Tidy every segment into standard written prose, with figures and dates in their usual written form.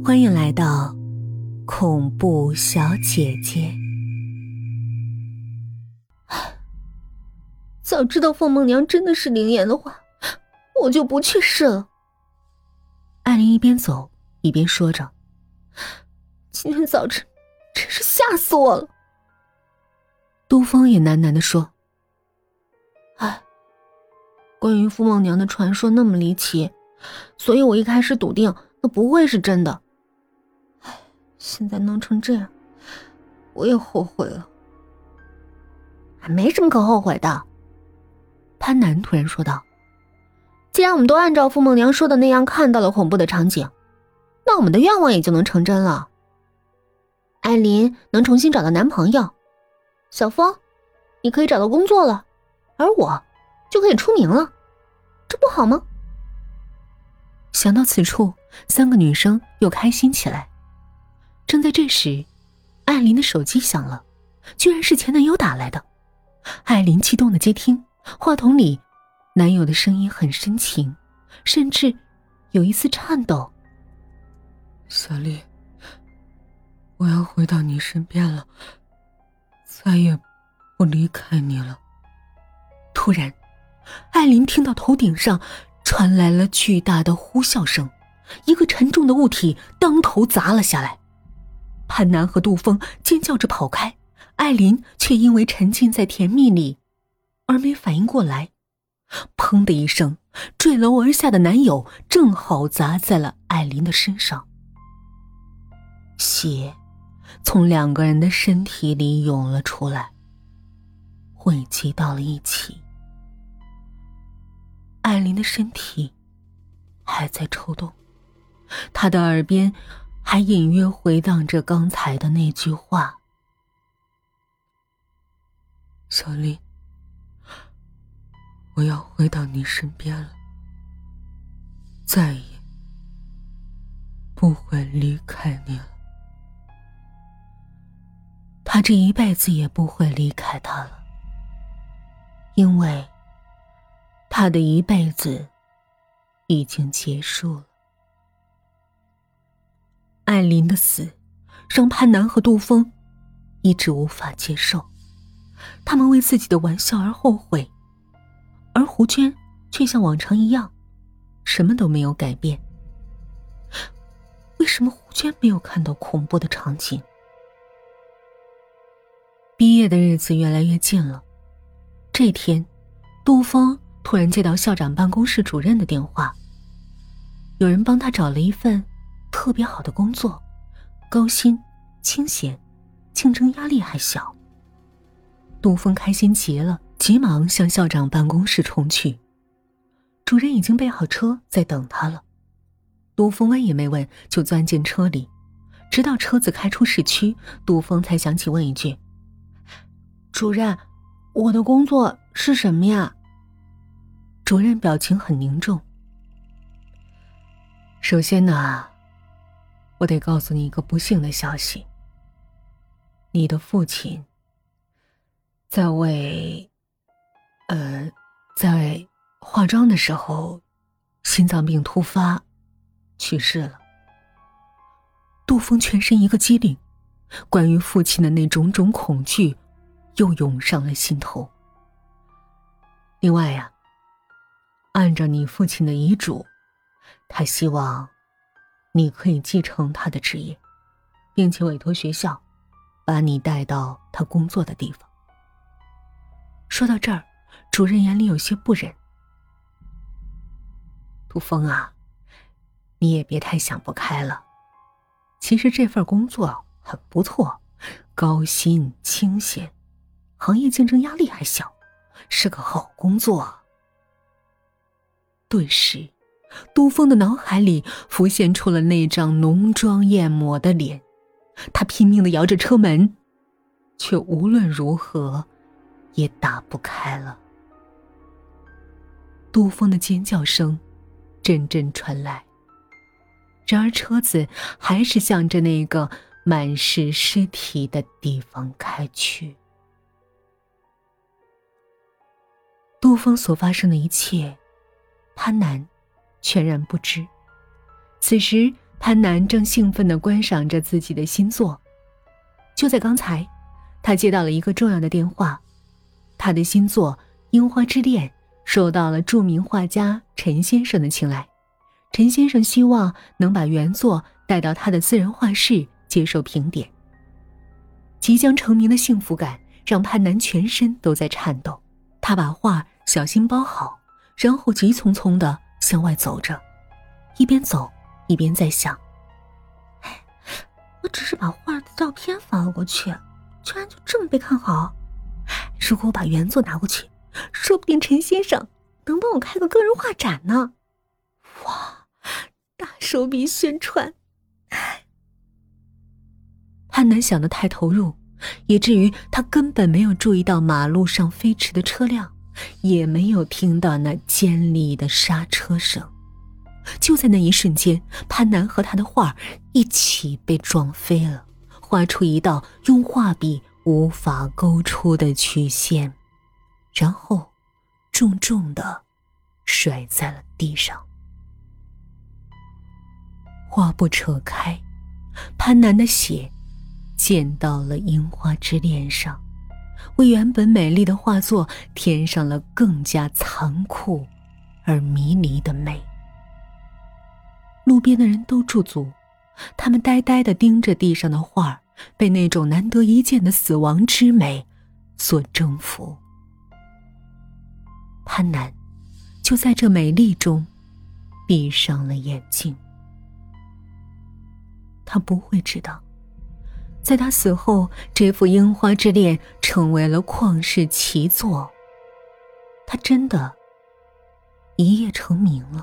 欢迎来到恐怖小姐姐。 早知道凤梦娘真的是灵颜的话，我就不去试了。 艾琳一边走一边说着， 今天早晨真是吓死我了。 杜峰也喃喃地说， 关于凤梦娘的传说那么离奇，所以我一开始笃定那不会是真的。现在弄成这样，我也后悔了。没什么可后悔的， 潘南突然说道， 既然我们都按照凤梦娘说的那样看到了恐怖的场景，那我们的愿望也就能成真了。艾琳能重新找到男朋友，小峰你可以找到工作了，而我就可以出名了，这不好吗？ 想到此处，三个女生又开心起来。正在这时，艾琳的手机响了，居然是前男友打来的。艾琳激动地接听，话筒里男友的声音很深情，甚至有一丝颤抖。 小丽，我要回到你身边了，再也不离开你了。 突然，艾琳听到头顶上传来了巨大的呼啸声，一个沉重的物体当头砸了下来。潘南和杜峰尖叫着跑开，艾琳却因为沉浸在甜蜜里而没反应过来。砰的一声，坠楼而下的男友正好砸在了艾琳的身上，血从两个人的身体里涌了出来，汇集到了一起。艾琳的身体还在抽动，她的耳边还隐约回荡着刚才的那句话， 小丽，我要回到你身边了，再也不会离开你了。 他这一辈子也不会离开她了，因为他的一辈子已经结束了。艾琳的死让潘南和杜峰一直无法接受，他们为自己的玩笑而后悔，而胡娟却像往常一样什么都没有改变。为什么胡娟没有看到恐怖的场景？毕业的日子越来越近了，这天杜峰突然接到校长办公室主任的电话，有人帮他找了一份特别好的工作，高薪清闲，竞争压力还小。杜峰开心极了，急忙向校长办公室冲去。主任已经备好车在等他了，杜峰问也没问就钻进车里，直到车子开出市区，杜峰才想起问一句， 主任，我的工作是什么呀？ 主任表情很凝重。首先呢，我得告诉你一个不幸的消息，你的父亲在化妆的时候心脏病突发去世了。杜峰全身一个机灵，关于父亲的那种种恐惧又涌上了心头。另外呀，按照你父亲的遗嘱，他希望你可以继承他的职业，并且委托学校把你带到他工作的地方。说到这儿，主任眼里有些不忍。杜峰啊，你也别太想不开了，其实这份工作很不错，高薪清闲，行业竞争压力还小，是个好工作。顿时杜峰的脑海里浮现出了那张浓妆艳抹的脸，他拼命地摇着车门，却无论如何也打不开了。杜峰的尖叫声阵阵传来，然而车子还是向着那个满是尸体的地方开去。杜峰所发生的一切，潘南全然不知。此时潘南正兴奋地观赏着自己的新作。就在刚才，他接到了一个重要的电话，他的新作《樱花之恋》受到了著名画家陈先生的青睐。陈先生希望能把原作带到他的私人画室接受评点。即将成名的幸福感让潘南全身都在颤抖，他把画小心包好，然后急匆匆地向外走着，一边走一边在想， 我只是把画的照片发了过去，居然就这么被看好。如果我把原作拿过去，说不定陈先生能帮我开个个人画展呢。哇，大手笔宣传。 潘南想得太投入，以至于他根本没有注意到马路上飞驰的车辆，也没有听到那尖利的刹车声。就在那一瞬间，潘南和他的画一起被撞飞了，画出一道用画笔无法勾出的曲线，然后重重地摔在了地上。画布扯开，潘南的血溅到了樱花之恋上，为原本美丽的画作添上了更加残酷而迷离的美。路边的人都驻足，他们呆呆地盯着地上的画，被那种难得一见的死亡之美所征服。潘南就在这美丽中闭上了眼睛。他不会知道，在他死后，这幅樱花之恋成为了旷世奇作，他真的一夜成名了。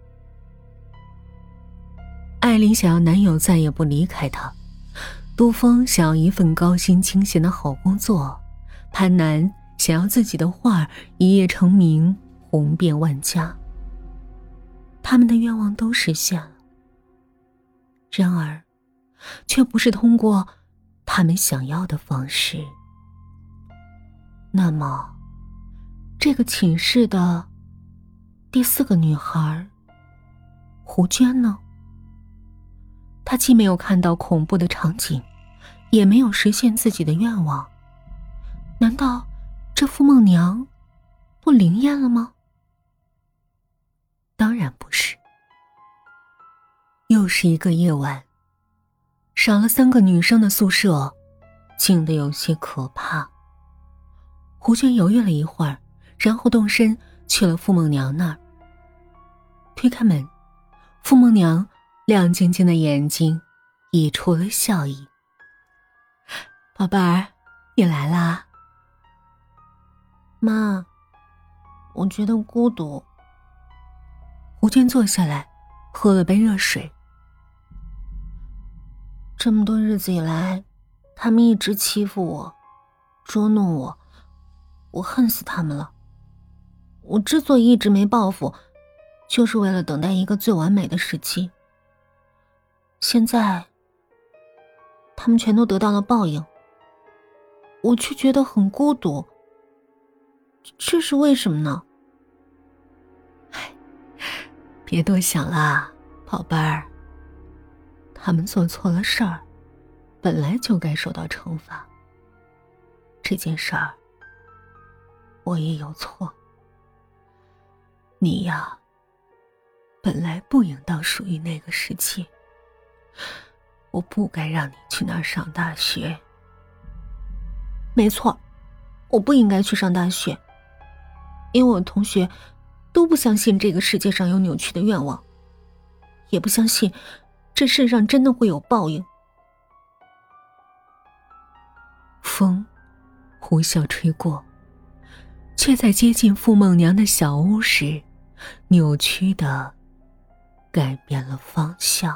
艾琳想要男友再也不离开她，杜峰想要一份高薪清闲的好工作，潘南想要自己的画一夜成名，红遍万家。他们的愿望都实现了，然而却不是通过他们想要的方式。那么这个寝室的第4个女孩胡娟呢？她既没有看到恐怖的场景，也没有实现自己的愿望，难道这傅梦娘不灵验了吗？当然不是。又是一个夜晚，少了3个女生的宿舍静得有些可怕。胡娟犹豫了一会儿，然后动身去了傅梦娘那儿。推开门，傅梦娘亮晶晶的眼睛溢出了笑意。宝贝儿，你来啦。 妈，我觉得孤独。 胡娟坐下来，喝了杯热水。 这么多日子以来，他们一直欺负我，捉弄我，我恨死他们了。我之所以一直没报复，就是为了等待一个最完美的时机。现在，他们全都得到了报应，我却觉得很孤独。这是为什么呢？ 别多想啦，宝贝儿。他们做错了事儿，本来就该受到惩罚。这件事儿，我也有错。你呀，本来不应当属于那个世界。我不该让你去那儿上大学。 没错，我不应该去上大学，因为我同学都不相信这个世界上有扭曲的愿望，也不相信这世上真的会有报应。 风呼啸吹过，却在接近傅梦娘的小屋时，扭曲地改变了方向。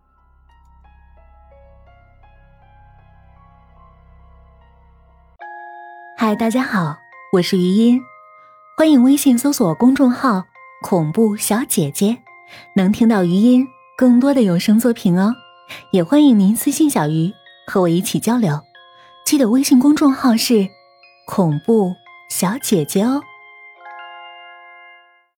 嗨，大家好，我是余音，欢迎微信搜索公众号恐怖小姐姐，能听到余音更多的有声作品哦。也欢迎您私信小鱼和我一起交流，记得微信公众号是恐怖小姐姐哦。